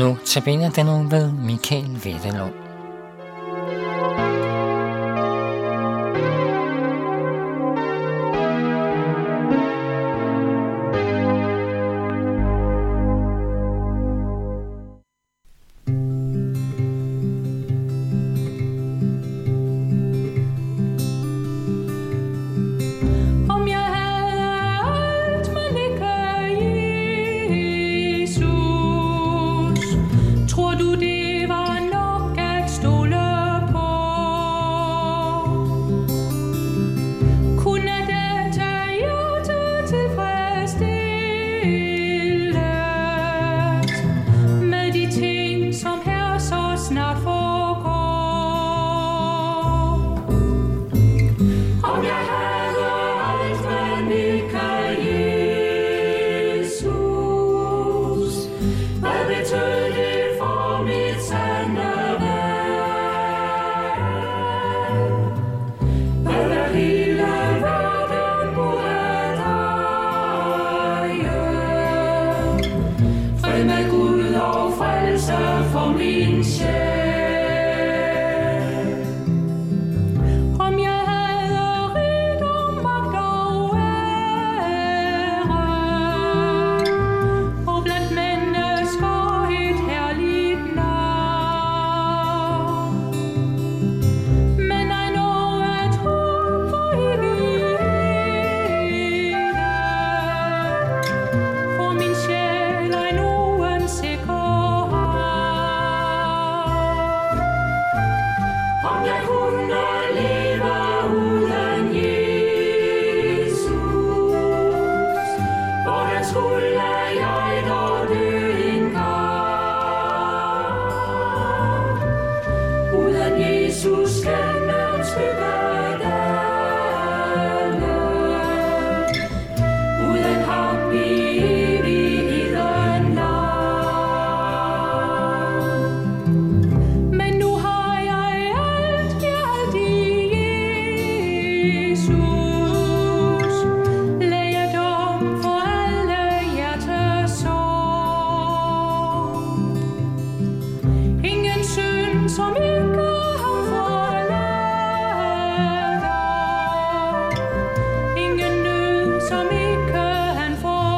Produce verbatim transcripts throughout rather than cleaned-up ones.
Nu tabiner den nu ved Michael Vettelund. Med Gud og frelse for min sjæl. Om jeg havde rigdom, magt og ære, og blandt mennesker et herligt navn, men ej noget håb for evigheden, for min sjæl ej nogen om jeg kunne leve uden Jesus, hvordan skulle jeg dog dø en gang? Uden Jesus gennem skyggedale, uden ham i evigheden lang. Men nu har jeg alt, alt i Jesus, lægedom for alle hjertesår. Ingen synd, som ikke ham forlader, ingen nød, som ikke han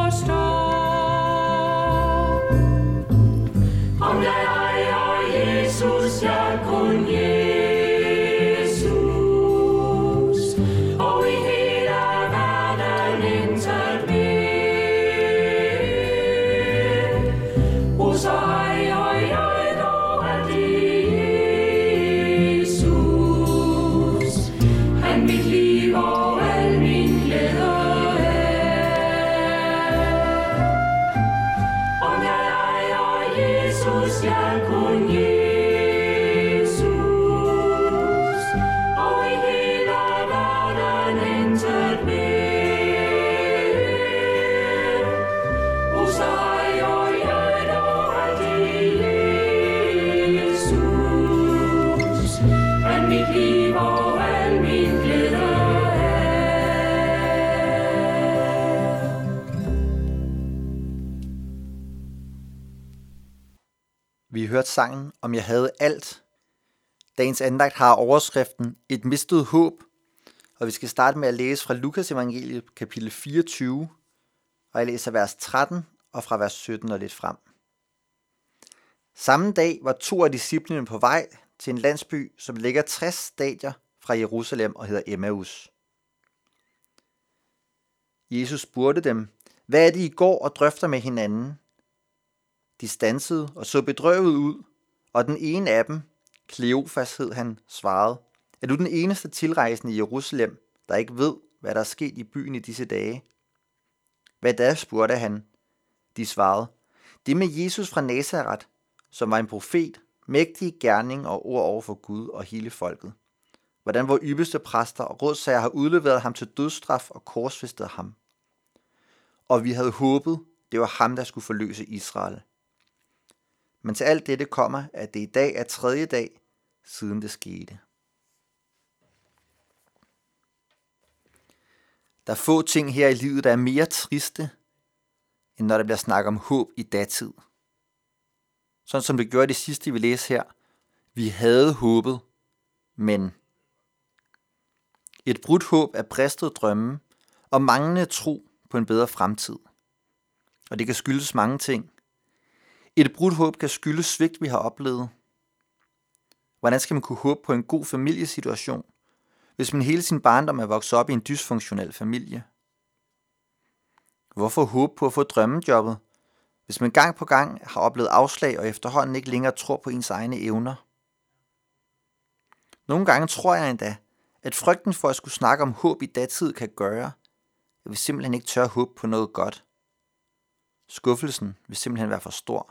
forstår. Om jeg ejer Jesus, jeg kun Jesus, og i hele verden intet mere. Og så ejer jeg dog alt i Jesus, han mit liv og al min glæde er. Om jeg ejer Jesus, jeg kun Jesus, og i hele verden intet mere. Og så ejer jeg dog alt i Jesus, han mit liv og al min glæde er. Vi hørte sangen Om jeg havde alt. Dagens andagt har overskriften Et mistet håb, og vi skal starte med at læse fra Lukas evangeliet kapitel fireogtyve, og jeg læser vers tretten og fra vers sytten og lidt frem. Samme dag var to af disciplene på vej til en landsby, som ligger tres stadier fra Jerusalem og hedder Emmaus. Jesus spurgte dem, hvad er det I går og drøfter med hinanden? De standsede og så bedrøvet ud, og den ene af dem, Kleofas hed han, svarede, er du den eneste tilrejsende i Jerusalem, der ikke ved, hvad der er sket i byen i disse dage? Hvad da, spurgte han. De svarede, det med Jesus fra Nazaret, som var en profet, mægtig gerning og ord over for Gud og hele folket. Hvordan vores ypperste præster og rådsager har udleveret ham til dødsstraf og korsfæstet ham. Og vi havde håbet, det var ham, der skulle forløse Israel. Men til alt dette kommer, at det i dag er tredje dag, siden det skete. Der er få ting her i livet, der er mere triste, end når der bliver snakket om håb i datid. Sådan som det gjorde det sidste, vi læste her. Vi havde håbet, men et brudt håb er bristet drømme og manglende tro på en bedre fremtid. Og det kan skyldes mange ting. Et brudt håb kan skyldes svigt, vi har oplevet. Hvordan skal man kunne håbe på en god familiesituation, hvis man hele sin barndom er vokset op i en dysfunktionel familie? Hvorfor håbe på at få drømmejobbet, hvis man gang på gang har oplevet afslag og efterhånden ikke længere tror på ens egne evner? Nogle gange tror jeg endda, at frygten for at skulle snakke om håb i datid kan gøre, at vi simpelthen ikke tør håbe på noget godt. Skuffelsen vil simpelthen være for stor.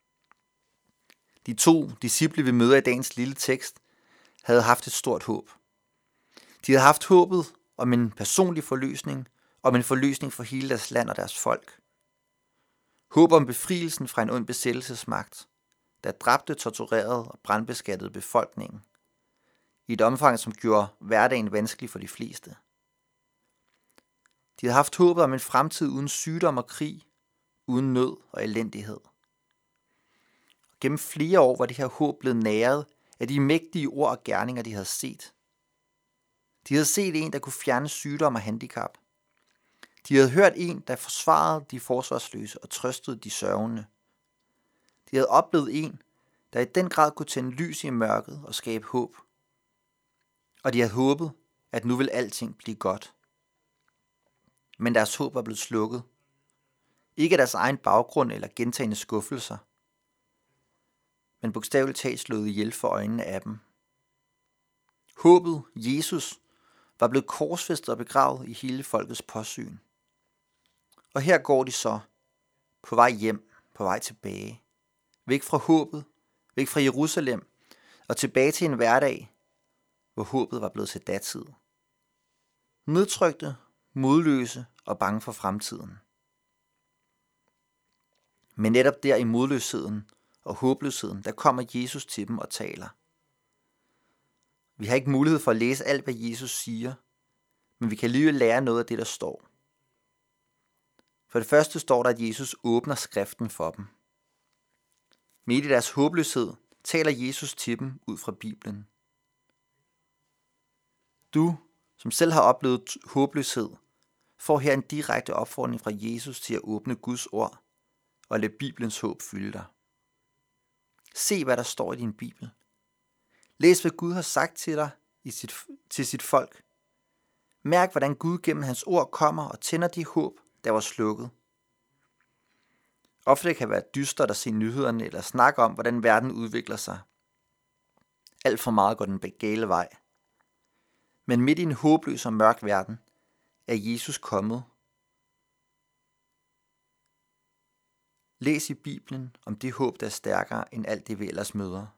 De to disciple, vi møder i dagens lille tekst, havde haft et stort håb. De havde haft håbet om en personlig forløsning, om en forløsning for hele deres land og deres folk. Håb om befrielsen fra en ond besættelsesmagt, der dræbte, torturerede og brandbeskattede befolkningen, i et omfang, som gjorde hverdagen vanskelig for de fleste. De havde haft håbet om en fremtid uden sygdom og krig, uden nød og elendighed. Gennem flere år var det her håb blevet næret af de mægtige ord og gerninger, de havde set. De havde set en, der kunne fjerne sygdom og handicap. De havde hørt en, der forsvarede de forsvarsløse og trøstede de sørgende. De havde oplevet en, der i den grad kunne tænde lys i mørket og skabe håb. Og de havde håbet, at nu ville alting blive godt. Men deres håb var blevet slukket. Ikke af deres egen baggrund eller gentagne skuffelser, men bogstaveligt talt slået ihjel for øjnene af dem. Håbet, Jesus, var blevet korsfæstet og begravet i hele folkets påsyn. Og her går de så, på vej hjem, på vej tilbage. Væk fra håbet, væk fra Jerusalem, og tilbage til en hverdag, hvor håbet var blevet til datid. Nedtrykte, modløse og bange for fremtiden. Men netop der i modløsheden og håbløsheden, der kommer Jesus til dem og taler. Vi har ikke mulighed for at læse alt, hvad Jesus siger, men vi kan alligevel lære noget af det, der står. For det første står der, at Jesus åbner skriften for dem. Midt i deres håbløshed taler Jesus til dem ud fra Bibelen. Du, som selv har oplevet håbløshed, får her en direkte opfordring fra Jesus til at åbne Guds ord og lade Bibelens håb fylde dig. Se, hvad der står i din Bibel. Læs, hvad Gud har sagt til dig i sit, til sit folk. Mærk, hvordan Gud gennem hans ord kommer og tænder de håb, der var slukket. Ofte kan det være dystert at se nyhederne eller snakke om, hvordan verden udvikler sig. Alt for meget går den gale vej. Men midt i en håbløs og mørk verden er Jesus kommet. Læs i Bibelen om det håb, der er stærkere end alt det, vi ellers møder.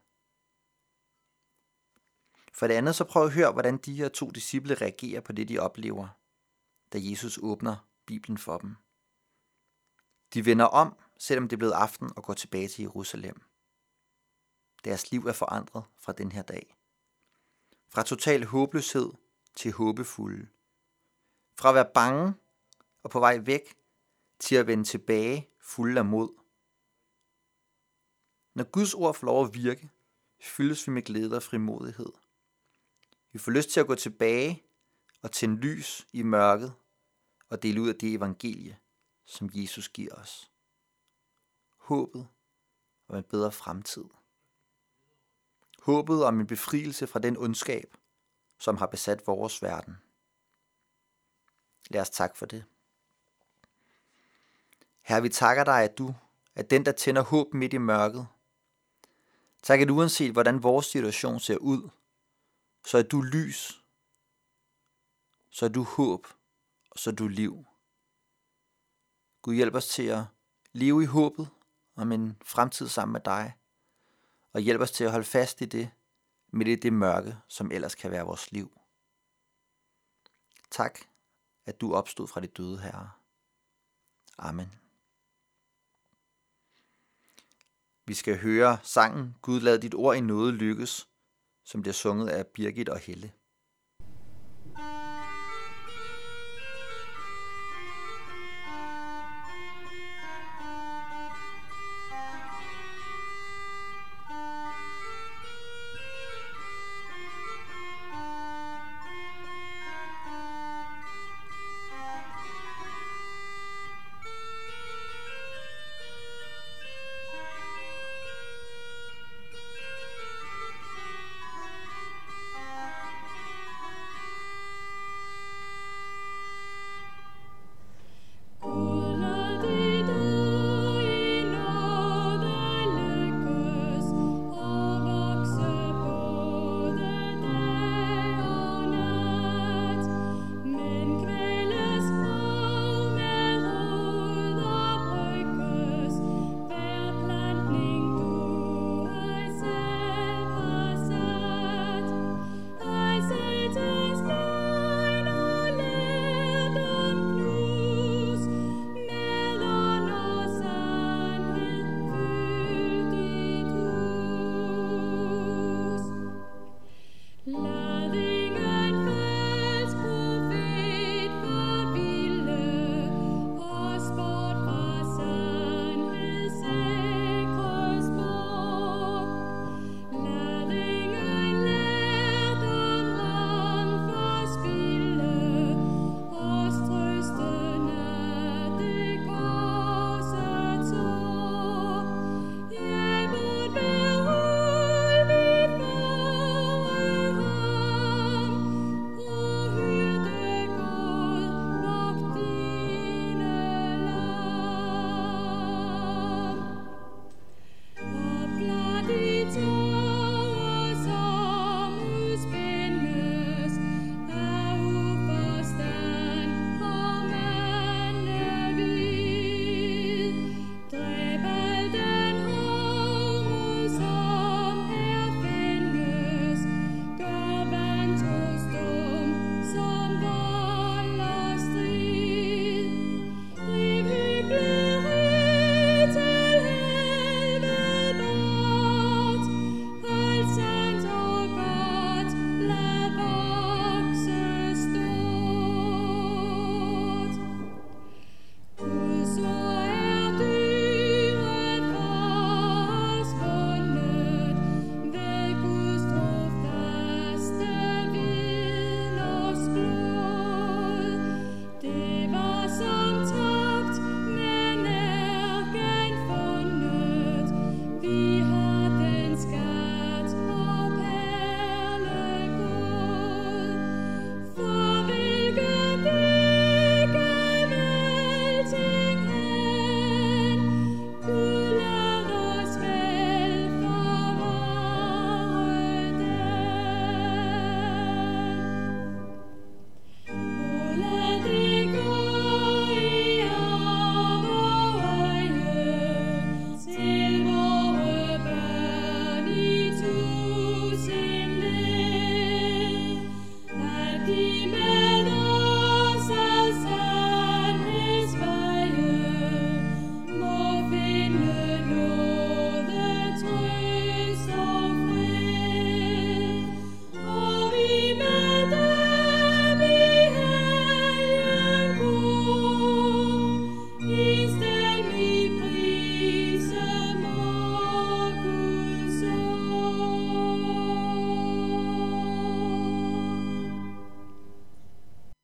For det andet så prøv at høre, hvordan de her to disciple reagerer på det, de oplever, da Jesus åbner Bibelen for dem. De vender om, selvom det er blevet aften, og går tilbage til Jerusalem. Deres liv er forandret fra den her dag. Fra total håbløshed til håbefulde. Fra at være bange og på vej væk, til at vende tilbage fulde af mod. Når Guds ord får lov at virke, fyldes vi med glæde og frimodighed. Vi får lyst til at gå tilbage og tænde lys i mørket og dele ud af det evangelie, som Jesus giver os. Håbet om en bedre fremtid. Håbet om en befrielse fra den ondskab, som har besat vores verden. Lad os takke for det. Herre, vi takker dig, at du er den, der tænder håb midt i mørket. Tak, at uanset hvordan vores situation ser ud, så er du lys, så er du håb, og så er du liv. Gud, hjælp os til at leve i håbet om en fremtid sammen med dig, og hjælp os til at holde fast i det, midt i det mørke, som ellers kan være vores liv. Tak, at du opstod fra de døde, Herre. Amen. Vi skal høre sangen Gud lad dit ord i nåde lykkes, som bliver sunget af Birgit og Helle.